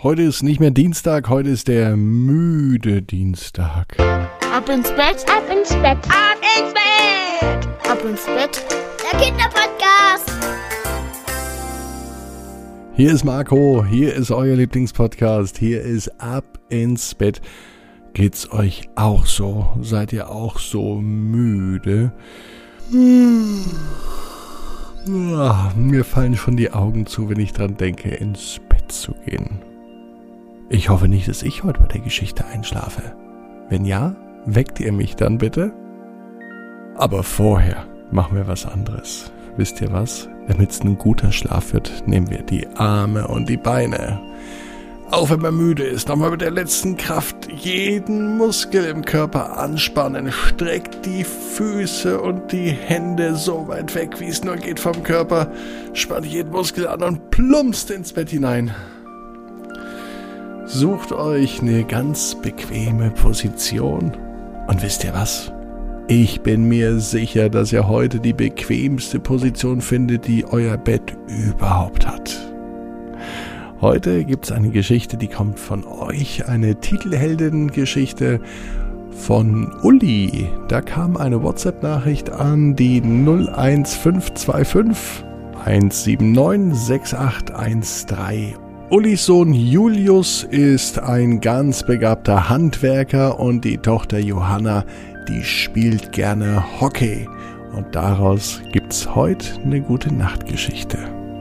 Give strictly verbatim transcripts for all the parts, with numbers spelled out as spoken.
Heute ist nicht mehr Dienstag, heute ist der müde Dienstag. Ab ins Bett, ab ins Bett, ab ins Bett, ab ins Bett, der Kinderpodcast. Hier ist Marco, hier ist euer Lieblingspodcast, hier ist Ab ins Bett. Geht's euch auch so? Seid ihr auch so müde? Hm. Ja, mir fallen schon die Augen zu, wenn ich dran denke, ins Bett zu gehen. Ich hoffe nicht, dass ich heute bei der Geschichte einschlafe. Wenn ja, weckt ihr mich dann bitte? Aber vorher machen wir was anderes. Wisst ihr was? Damit es ein guter Schlaf wird, nehmen wir die Arme und die Beine. Auch wenn man müde ist, nochmal mit der letzten Kraft jeden Muskel im Körper anspannen. Streckt die Füße und die Hände so weit weg, wie es nur geht vom Körper. Spannt jeden Muskel an und plumpst ins Bett hinein. Sucht euch eine ganz bequeme Position. Und wisst ihr was? Ich bin mir sicher, dass ihr heute die bequemste Position findet, die euer Bett überhaupt hat. Heute gibt es eine Geschichte, die kommt von euch, eine Titelhelden-Geschichte von Uli. Da kam eine WhatsApp-Nachricht an die null eins fünf zwei fünf eins sieben neun sechs acht eins drei. Ulis Sohn Julius ist ein ganz begabter Handwerker und die Tochter Johanna, die spielt gerne Hockey. Und daraus gibt's heute eine gute Nachtgeschichte.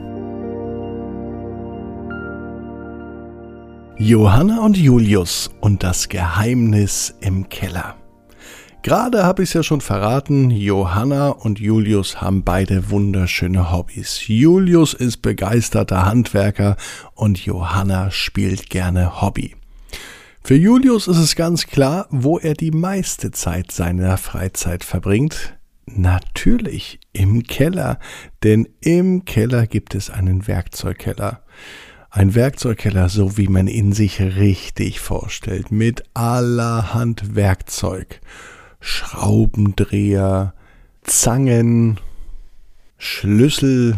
Johanna und Julius und das Geheimnis im Keller. Gerade habe ich es ja schon verraten, Johanna und Julius haben beide wunderschöne Hobbys. Julius ist begeisterter Handwerker und Johanna spielt gerne Hobby. Für Julius ist es ganz klar, wo er die meiste Zeit seiner Freizeit verbringt. Natürlich im Keller, denn im Keller gibt es einen Werkzeugkeller. Ein Werkzeugkeller, so wie man ihn sich richtig vorstellt, mit allerhand Werkzeug. Schraubendreher, Zangen, Schlüssel,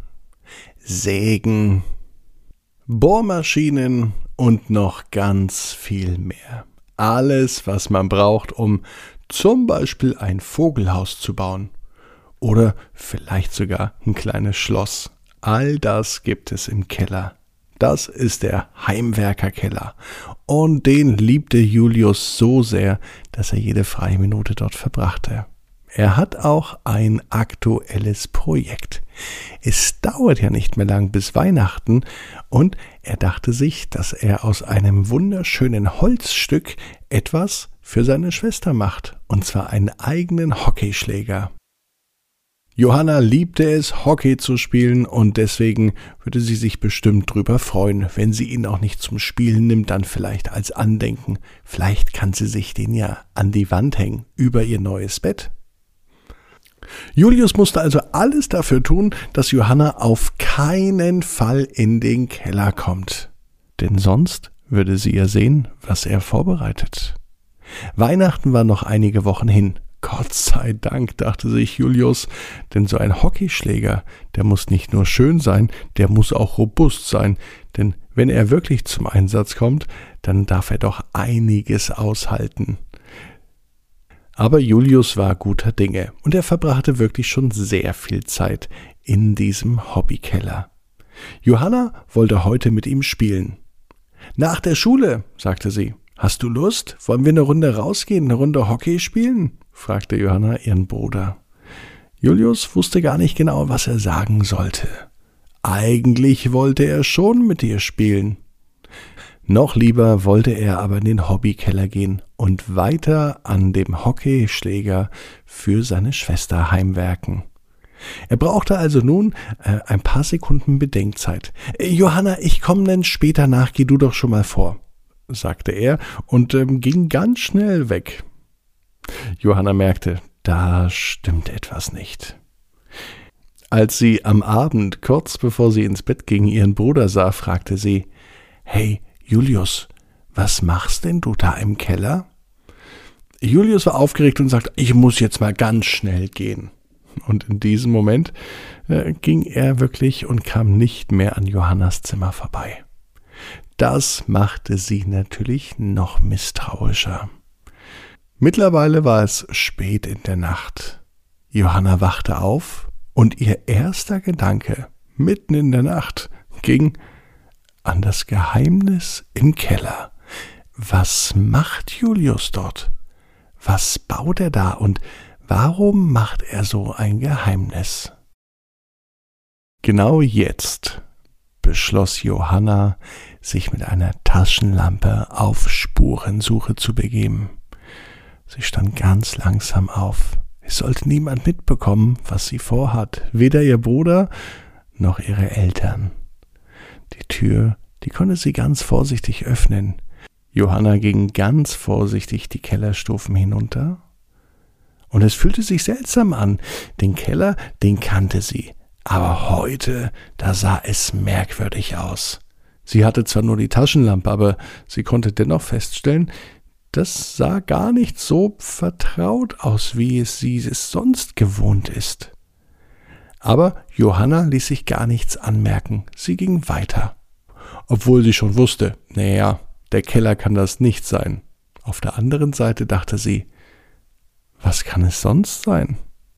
Sägen, Bohrmaschinen und noch ganz viel mehr. Alles, was man braucht, um zum Beispiel ein Vogelhaus zu bauen oder vielleicht sogar ein kleines Schloss. All das gibt es im Keller. Das ist der Heimwerkerkeller und den liebte Julius so sehr, dass er jede freie Minute dort verbrachte. Er hat auch ein aktuelles Projekt. Es dauert ja nicht mehr lang bis Weihnachten und er dachte sich, dass er aus einem wunderschönen Holzstück etwas für seine Schwester macht, und zwar einen eigenen Hockeyschläger. Johanna liebte es, Hockey zu spielen und deswegen würde sie sich bestimmt drüber freuen, wenn sie ihn auch nicht zum Spielen nimmt, dann vielleicht als Andenken. Vielleicht kann sie sich den ja an die Wand hängen, über ihr neues Bett. Julius musste also alles dafür tun, dass Johanna auf keinen Fall in den Keller kommt. Denn sonst würde sie ja sehen, was er vorbereitet. Weihnachten war noch einige Wochen hin. Gott sei Dank, dachte sich Julius, denn so ein Hockeyschläger, der muss nicht nur schön sein, der muss auch robust sein, denn wenn er wirklich zum Einsatz kommt, dann darf er doch einiges aushalten. Aber Julius war guter Dinge und er verbrachte wirklich schon sehr viel Zeit in diesem Hobbykeller. Johanna wollte heute mit ihm spielen. Nach der Schule, sagte sie. Hast du Lust? Wollen wir eine Runde rausgehen, eine Runde Hockey spielen? Fragte Johanna ihren Bruder. Julius wusste gar nicht genau, was er sagen sollte. Eigentlich wollte er schon mit ihr spielen. Noch lieber wollte er aber in den Hobbykeller gehen und weiter an dem Hockeyschläger für seine Schwester heimwerken. Er brauchte also nun äh, ein paar Sekunden Bedenkzeit. »Johanna, ich komme dann später nach, geh du doch schon mal vor«, sagte er und ähm, ging ganz schnell weg. Johanna merkte, da stimmt etwas nicht. Als sie am Abend, kurz bevor sie ins Bett ging, ihren Bruder sah, fragte sie, »Hey, Julius, was machst denn du da im Keller?« Julius war aufgeregt und sagte, »Ich muss jetzt mal ganz schnell gehen.« Und in diesem Moment äh, ging er wirklich und kam nicht mehr an Johannas Zimmer vorbei. das machte sie natürlich noch misstrauischer. Mittlerweile war es spät in der Nacht. Johanna wachte auf und ihr erster Gedanke mitten in der Nacht ging an das Geheimnis im Keller. Was macht Julius dort? Was baut er da und warum macht er so ein Geheimnis? Genau jetzt beschloss Johanna, sich mit einer Taschenlampe auf Spurensuche zu begeben. Sie stand ganz langsam auf. Es sollte niemand mitbekommen, was sie vorhat, weder ihr Bruder noch ihre Eltern. Die Tür, die konnte sie ganz vorsichtig öffnen. Johanna ging ganz vorsichtig die Kellerstufen hinunter. Und es fühlte sich seltsam an. Den Keller, den kannte sie. Aber heute, da sah es merkwürdig aus. Sie hatte zwar nur die Taschenlampe, aber sie konnte dennoch feststellen, das sah gar nicht so vertraut aus, wie es sie es sonst gewohnt ist. Aber Johanna ließ sich gar nichts anmerken. Sie ging weiter. Obwohl sie schon wusste, naja, der Keller kann das nicht sein. Auf der anderen Seite dachte sie, was kann es sonst sein?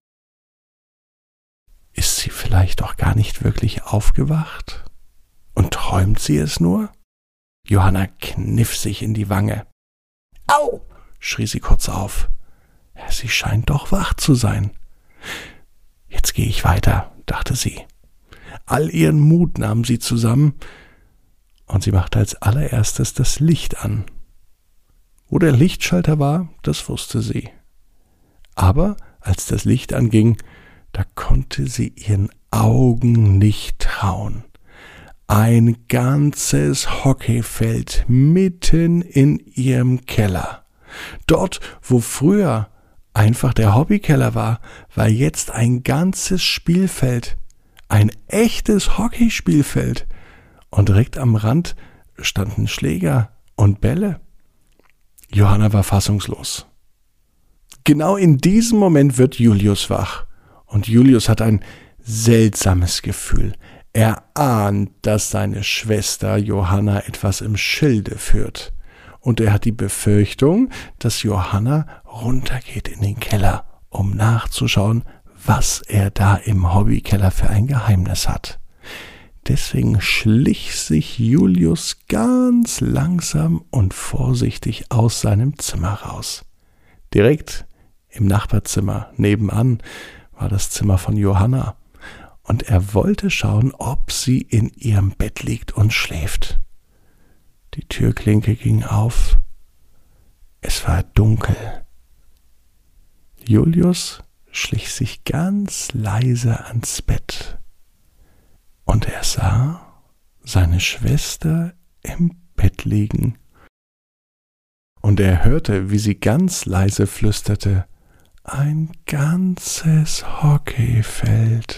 Ist sie vielleicht doch gar nicht wirklich aufgewacht? Und träumt sie es nur? Johanna kniff sich in die Wange. Au! Schrie sie kurz auf. Ja, sie scheint doch wach zu sein. Jetzt gehe ich weiter, dachte sie. All ihren Mut nahm sie zusammen und sie machte als allererstes das Licht an. Wo der Lichtschalter war, das wusste sie. Aber als das Licht anging, da konnte sie ihren Augen nicht trauen. Ein ganzes Hockeyfeld mitten in ihrem Keller. Dort, wo früher einfach der Hobbykeller war, war jetzt ein ganzes Spielfeld. Ein echtes Hockeyspielfeld. Und direkt am Rand standen Schläger und Bälle. Johanna war fassungslos. Genau in diesem Moment wird Julius wach. Und Julius hat ein seltsames Gefühl. Er ahnt, dass seine Schwester Johanna etwas im Schilde führt. Und er hat die Befürchtung, dass Johanna runtergeht in den Keller, um nachzuschauen, was er da im Hobbykeller für ein Geheimnis hat. Deswegen schlich sich Julius ganz langsam und vorsichtig aus seinem Zimmer raus. Direkt im Nachbarzimmer nebenan war das Zimmer von Johanna. Und er wollte schauen, ob sie in ihrem Bett liegt und schläft. Die Türklinke ging auf. Es war dunkel. Julius schlich sich ganz leise ans Bett. Und er sah seine Schwester im Bett liegen. Und er hörte, wie sie ganz leise flüsterte, ein ganzes Hockeyfeld.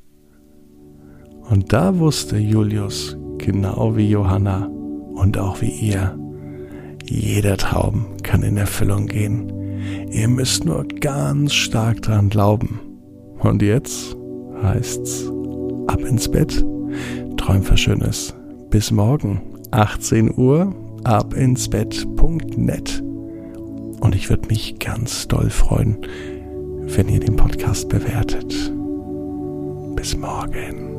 Und da wusste Julius, genau wie Johanna und auch wie ihr, jeder Traum kann in Erfüllung gehen. Ihr müsst nur ganz stark dran glauben. Und jetzt heißt's ab ins Bett. Träum was Schönes. Bis morgen, achtzehn Uhr, abinsbett punkt net. Und ich würde mich ganz doll freuen, wenn ihr den Podcast bewertet. Bis morgen.